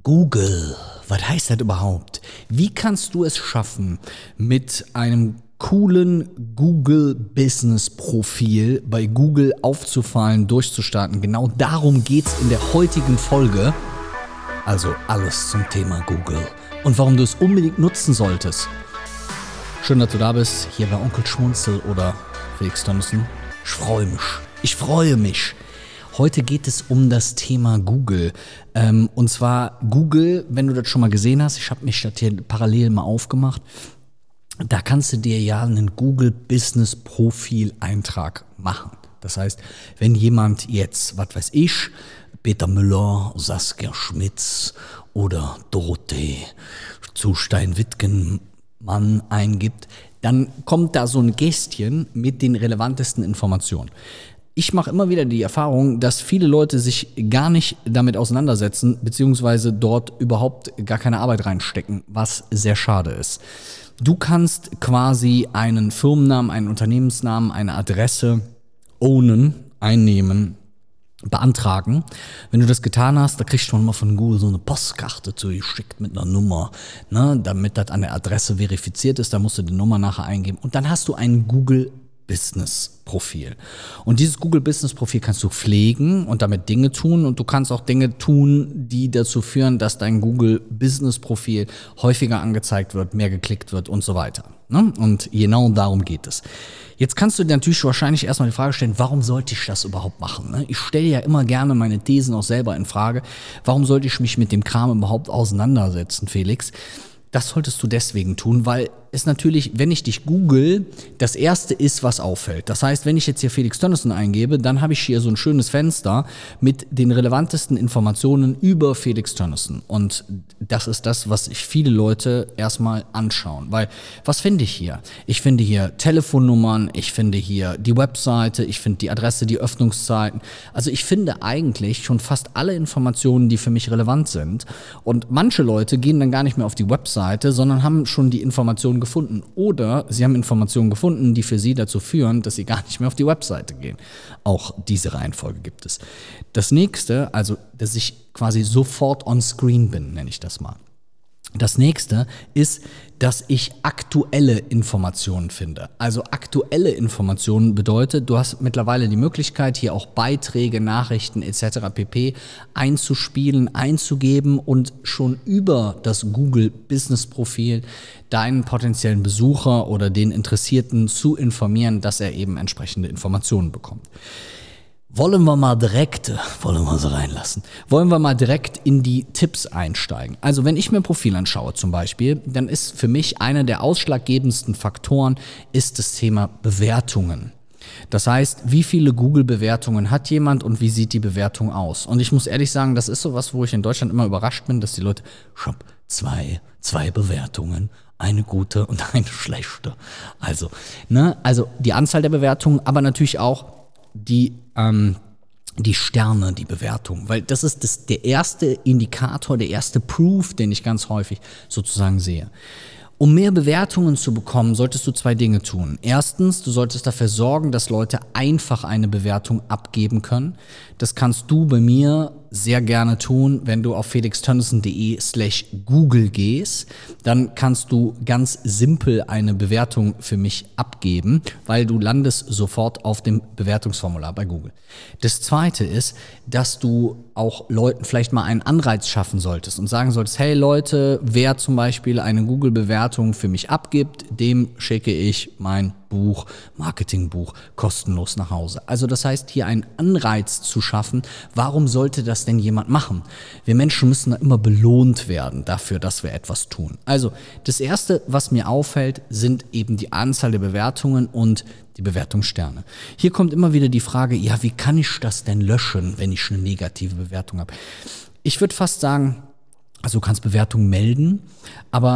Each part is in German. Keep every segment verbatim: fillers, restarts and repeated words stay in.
Google, was heißt das überhaupt? Wie kannst du es schaffen, mit einem coolen Google-Business-Profil bei Google aufzufallen, durchzustarten? Genau darum geht's in der heutigen Folge. Also alles zum Thema Google und warum du es unbedingt nutzen solltest. Schön, dass du da bist, hier bei Onkel Schmunzel oder Felix Tönnissen. Ich freue mich. Ich freue mich. Heute geht es um das Thema Google. Ähm, und zwar Google, wenn du das schon mal gesehen hast, ich habe mich das hier parallel mal aufgemacht, da kannst du dir ja einen Google-Business-Profil-Eintrag machen. Das heißt, wenn jemand jetzt, was weiß ich, Peter Müller, Saskia Schmitz oder Dorothee zu Stein-Wittgenmann eingibt, dann kommt da so ein Kästchen mit den relevantesten Informationen. Ich mache immer wieder die Erfahrung, dass viele Leute sich gar nicht damit auseinandersetzen, beziehungsweise dort überhaupt gar keine Arbeit reinstecken, was sehr schade ist. Du kannst quasi einen Firmennamen, einen Unternehmensnamen, eine Adresse ownen, einnehmen, beantragen. Wenn du das getan hast, da kriegst du mal von Google so eine Postkarte zugeschickt mit einer Nummer, ne, damit das an der Adresse verifiziert ist. Da musst du die Nummer nachher eingeben und dann hast du einen Google Business-Profil. Und dieses Google Business-Profil kannst du pflegen und damit Dinge tun und du kannst auch Dinge tun, die dazu führen, dass dein Google Business-Profil häufiger angezeigt wird, mehr geklickt wird und so weiter. Ne? Und genau darum geht es. Jetzt kannst du dir natürlich wahrscheinlich erstmal die Frage stellen, warum sollte ich das überhaupt machen? Ne? Ich stelle ja immer gerne meine Thesen auch selber in Frage. Warum sollte ich mich mit dem Kram überhaupt auseinandersetzen, Felix? Das solltest du deswegen tun, weil es natürlich, wenn ich dich google, das erste ist, was auffällt. Das heißt, wenn ich jetzt hier Felix Tönnissen eingebe, dann habe ich hier so ein schönes Fenster mit den relevantesten Informationen über Felix Tönnissen. Und das ist das, was sich viele Leute erstmal anschauen. Weil, was finde ich hier? Ich finde hier Telefonnummern, ich finde hier die Webseite, ich finde die Adresse, die Öffnungszeiten. Also ich finde eigentlich schon fast alle Informationen, die für mich relevant sind. Und manche Leute gehen dann gar nicht mehr auf die Webseite, sondern haben schon die Informationen gefunden. Oder sie haben Informationen gefunden, die für sie dazu führen, dass sie gar nicht mehr auf die Webseite gehen. Auch diese Reihenfolge gibt es. Das nächste, also dass ich quasi sofort on screen bin, nenne ich das mal. Das nächste ist, dass ich aktuelle Informationen finde. Also aktuelle Informationen bedeutet, du hast mittlerweile die Möglichkeit, hier auch Beiträge, Nachrichten et cetera pp. Einzuspielen, einzugeben und schon über das Google Business Profil deinen potenziellen Besucher oder den Interessierten zu informieren, dass er eben entsprechende Informationen bekommt. Wollen wir mal direkt, wollen wir sie reinlassen, wollen wir mal direkt in die Tipps einsteigen. Also wenn ich mir ein Profil anschaue zum Beispiel, dann ist für mich einer der ausschlaggebendsten Faktoren ist das Thema Bewertungen. Das heißt, wie viele Google-Bewertungen hat jemand und wie sieht die Bewertung aus? Und ich muss ehrlich sagen, das ist sowas, wo ich in Deutschland immer überrascht bin, dass die Leute, schau, zwei, zwei Bewertungen, eine gute und eine schlechte. Also, ne, also die Anzahl der Bewertungen, aber natürlich auch die ähm, die Sterne, die Bewertung, weil das ist das, der erste Indikator, der erste Proof, den ich ganz häufig sozusagen sehe. Um mehr Bewertungen zu bekommen, solltest du zwei Dinge tun. Erstens, du solltest dafür sorgen, dass Leute einfach eine Bewertung abgeben können. Das kannst du bei mir sehr gerne tun, wenn du auf felixtönnissen.de slash Google gehst. Dann kannst du ganz simpel eine Bewertung für mich abgeben, weil du landest sofort auf dem Bewertungsformular bei Google. Das Zweite ist, dass du auch Leuten vielleicht mal einen Anreiz schaffen solltest und sagen solltest, hey Leute, wer zum Beispiel eine Google-Bewertung für mich abgibt, dem schicke ich mein Buch, Marketingbuch, kostenlos nach Hause. Also das heißt, hier einen Anreiz zu schaffen, warum sollte das denn jemand machen? Wir Menschen müssen da immer belohnt werden dafür, dass wir etwas tun. Also das Erste, was mir auffällt, sind eben die Anzahl der Bewertungen und die Bewertungssterne. Hier kommt immer wieder die Frage, ja, wie kann ich das denn löschen, wenn ich eine negative Bewertung habe? Ich würde fast sagen, also du kannst Bewertungen melden, aber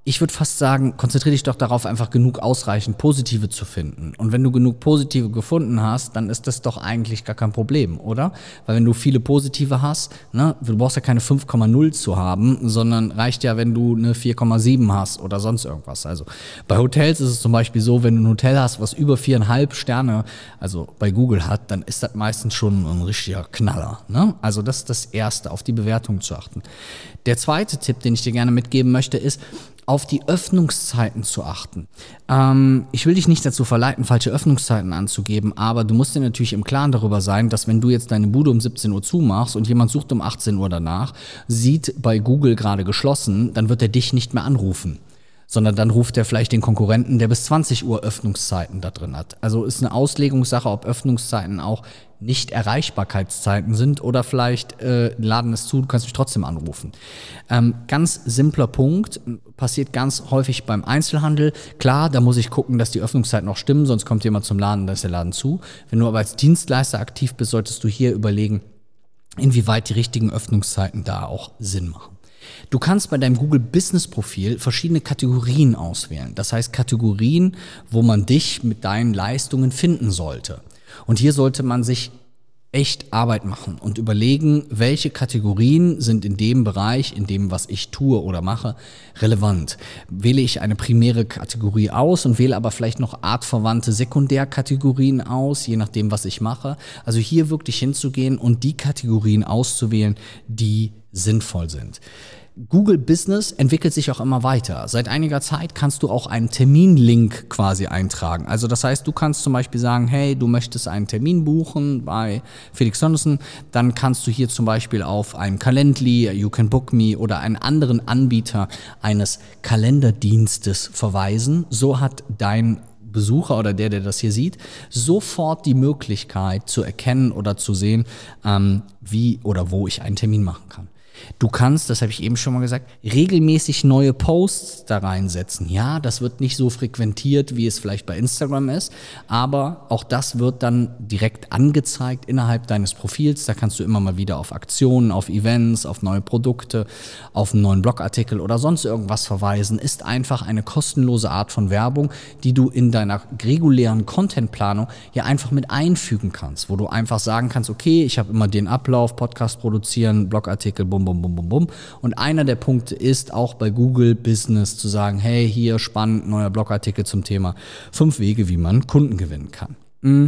ich würde fast sagen, konzentriere dich doch darauf, einfach genug ausreichend Positive zu finden. Und wenn du genug Positive gefunden hast, dann ist das doch eigentlich gar kein Problem, oder? Weil wenn du viele Positive hast, ne, du brauchst ja keine fünf Komma null zu haben, sondern reicht ja, wenn du eine vier Komma sieben hast oder sonst irgendwas. Also bei Hotels ist es zum Beispiel so, wenn du ein Hotel hast, was über viereinhalb Sterne, also bei Google hat, dann ist das meistens schon ein richtiger Knaller, ne? Also das ist das Erste, auf die Bewertung zu achten. Der zweite Tipp, den ich dir gerne mitgeben möchte, ist, auf die Öffnungszeiten zu achten. Ähm, ich will dich nicht dazu verleiten, falsche Öffnungszeiten anzugeben, aber du musst dir natürlich im Klaren darüber sein, dass wenn du jetzt deine Bude um siebzehn Uhr zumachst und jemand sucht um achtzehn Uhr danach, sieht bei Google gerade geschlossen, dann wird er dich nicht mehr anrufen, sondern dann ruft er vielleicht den Konkurrenten, der bis zwanzig Uhr Öffnungszeiten da drin hat. Also ist eine Auslegungssache, ob Öffnungszeiten auch Nicht-Erreichbarkeitszeiten sind oder vielleicht äh, laden es zu, du kannst mich trotzdem anrufen. Ähm, ganz simpler Punkt, passiert ganz häufig beim Einzelhandel. Klar, da muss ich gucken, dass die Öffnungszeiten auch stimmen, sonst kommt jemand zum Laden, dann ist der Laden zu. Wenn du aber als Dienstleister aktiv bist, solltest du hier überlegen, inwieweit die richtigen Öffnungszeiten da auch Sinn machen. Du kannst bei deinem Google Business Profil verschiedene Kategorien auswählen. Das heißt Kategorien, wo man dich mit deinen Leistungen finden sollte. Und hier sollte man sich echt Arbeit machen und überlegen, welche Kategorien sind in dem Bereich, in dem, was ich tue oder mache, relevant. Wähle ich eine primäre Kategorie aus und wähle aber vielleicht noch artverwandte Sekundärkategorien aus, je nachdem, was ich mache. Also hier wirklich hinzugehen und die Kategorien auszuwählen, die sinnvoll sind. Google Business entwickelt sich auch immer weiter. Seit einiger Zeit kannst du auch einen Terminlink quasi eintragen. Also das heißt, du kannst zum Beispiel sagen, hey, du möchtest einen Termin buchen bei Felix Tönnissen, dann kannst du hier zum Beispiel auf einen Calendly, You Can Book Me oder einen anderen Anbieter eines Kalenderdienstes verweisen. So hat dein Besucher oder der, der das hier sieht, sofort die Möglichkeit zu erkennen oder zu sehen, ähm, wie oder wo ich einen Termin machen kann. Du kannst, das habe ich eben schon mal gesagt, regelmäßig neue Posts da reinsetzen. Ja, das wird nicht so frequentiert, wie es vielleicht bei Instagram ist, aber auch das wird dann direkt angezeigt innerhalb deines Profils. Da kannst du immer mal wieder auf Aktionen, auf Events, auf neue Produkte, auf einen neuen Blogartikel oder sonst irgendwas verweisen. Ist einfach eine kostenlose Art von Werbung, die du in deiner regulären Contentplanung hier einfach mit einfügen kannst, wo du einfach sagen kannst, okay, ich habe immer den Ablauf, Podcast produzieren, Blogartikel, bum, bum, bum, bum, bum. Und einer der Punkte ist auch bei Google Business zu sagen, hey, hier spannend, neuer Blogartikel zum Thema fünf Wege, wie man Kunden gewinnen kann. Mhm.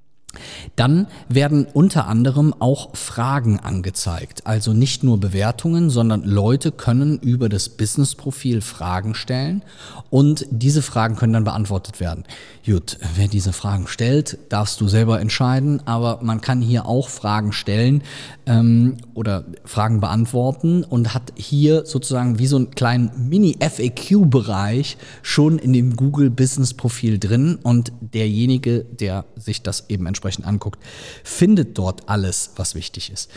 Dann werden unter anderem auch Fragen angezeigt. Also nicht nur Bewertungen, sondern Leute können über das Business-Profil Fragen stellen und diese Fragen können dann beantwortet werden. Gut, wer diese Fragen stellt, darfst du selber entscheiden, aber man kann hier auch Fragen stellen ähm, oder Fragen beantworten und hat hier sozusagen wie so einen kleinen Mini-F A Q-Bereich schon in dem Google Business-Profil drin und derjenige, der sich das eben entsprechend entsprechend anguckt, findet dort alles, was wichtig ist.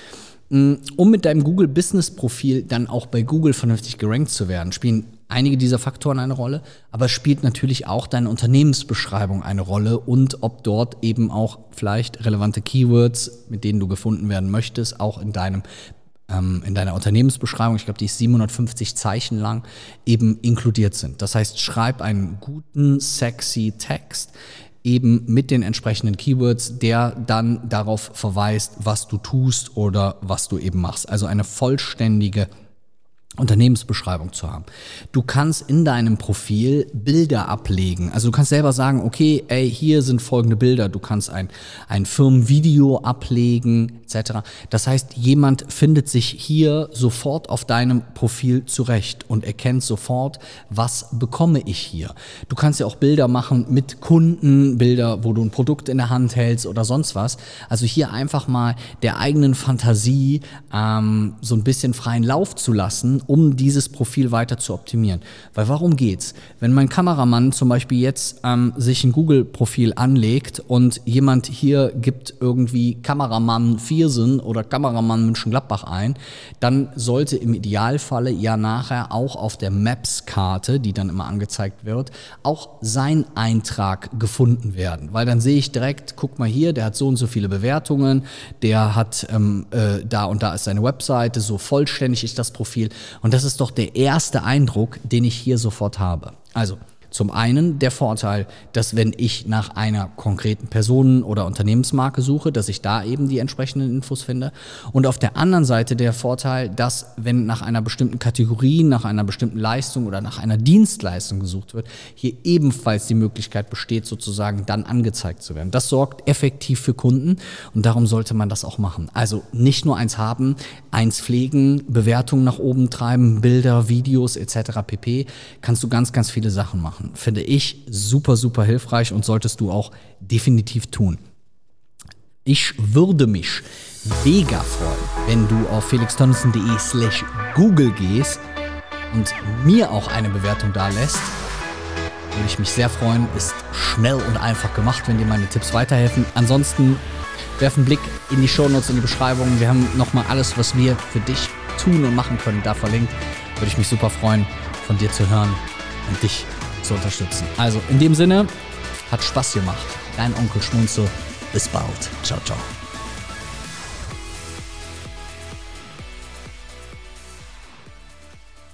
Um mit deinem Google Business Profil dann auch bei Google vernünftig gerankt zu werden, spielen einige dieser Faktoren eine Rolle, aber spielt natürlich auch deine Unternehmensbeschreibung eine Rolle und ob dort eben auch vielleicht relevante Keywords, mit denen du gefunden werden möchtest, auch in deinem ähm, in deiner Unternehmensbeschreibung, ich glaube, die ist siebenhundertfünfzig Zeichen lang, eben inkludiert sind. Das heißt, schreib einen guten, sexy Text, eben mit den entsprechenden Keywords, der dann darauf verweist, was du tust oder was du eben machst. Also eine vollständige Unternehmensbeschreibung zu haben. Du kannst in deinem Profil Bilder ablegen. Also du kannst selber sagen, okay, ey, hier sind folgende Bilder. Du kannst ein, ein Firmenvideo ablegen, et cetera. Das heißt, jemand findet sich hier sofort auf deinem Profil zurecht und erkennt sofort, was bekomme ich hier. Du kannst ja auch Bilder machen mit Kunden, Bilder, wo du ein Produkt in der Hand hältst oder sonst was. Also hier einfach mal der eigenen Fantasie ähm, so ein bisschen freien Lauf zu lassen, um dieses Profil weiter zu optimieren. Weil warum geht's? Wenn mein Kameramann zum Beispiel jetzt ähm, sich ein Google-Profil anlegt und jemand hier gibt irgendwie Kameramann Viersen oder Kameramann Mönchengladbach ein, dann sollte im Idealfalle ja nachher auch auf der Maps-Karte, die dann immer angezeigt wird, auch sein Eintrag gefunden werden. Weil dann sehe ich direkt, guck mal hier, der hat so und so viele Bewertungen, der hat ähm, äh, da und da ist seine Webseite, so vollständig ist das Profil. Und das ist doch der erste Eindruck, den ich hier sofort habe. Also zum einen der Vorteil, dass wenn ich nach einer konkreten Person oder Unternehmensmarke suche, dass ich da eben die entsprechenden Infos finde. Und auf der anderen Seite der Vorteil, dass wenn nach einer bestimmten Kategorie, nach einer bestimmten Leistung oder nach einer Dienstleistung gesucht wird, hier ebenfalls die Möglichkeit besteht, sozusagen dann angezeigt zu werden. Das sorgt effektiv für Kunden und darum sollte man das auch machen. Also nicht nur eins haben, eins pflegen, Bewertungen nach oben treiben, Bilder, Videos et cetera pp. Kannst du ganz, ganz viele Sachen machen. Finde ich super, super hilfreich und solltest du auch definitiv tun. Ich würde mich mega freuen, wenn du auf felixtönnissen.de slash Google gehst und mir auch eine Bewertung da lässt. Würde ich mich sehr freuen. Ist schnell und einfach gemacht, wenn dir meine Tipps weiterhelfen. Ansonsten werf einen Blick in die Shownotes, in die Beschreibung. Wir haben nochmal alles, was wir für dich tun und machen können, da verlinkt. Würde ich mich super freuen, von dir zu hören und dich zu unterstützen. Also in dem Sinne, hat Spaß gemacht. Dein Onkel Schmunzel. Bis bald. Ciao, ciao.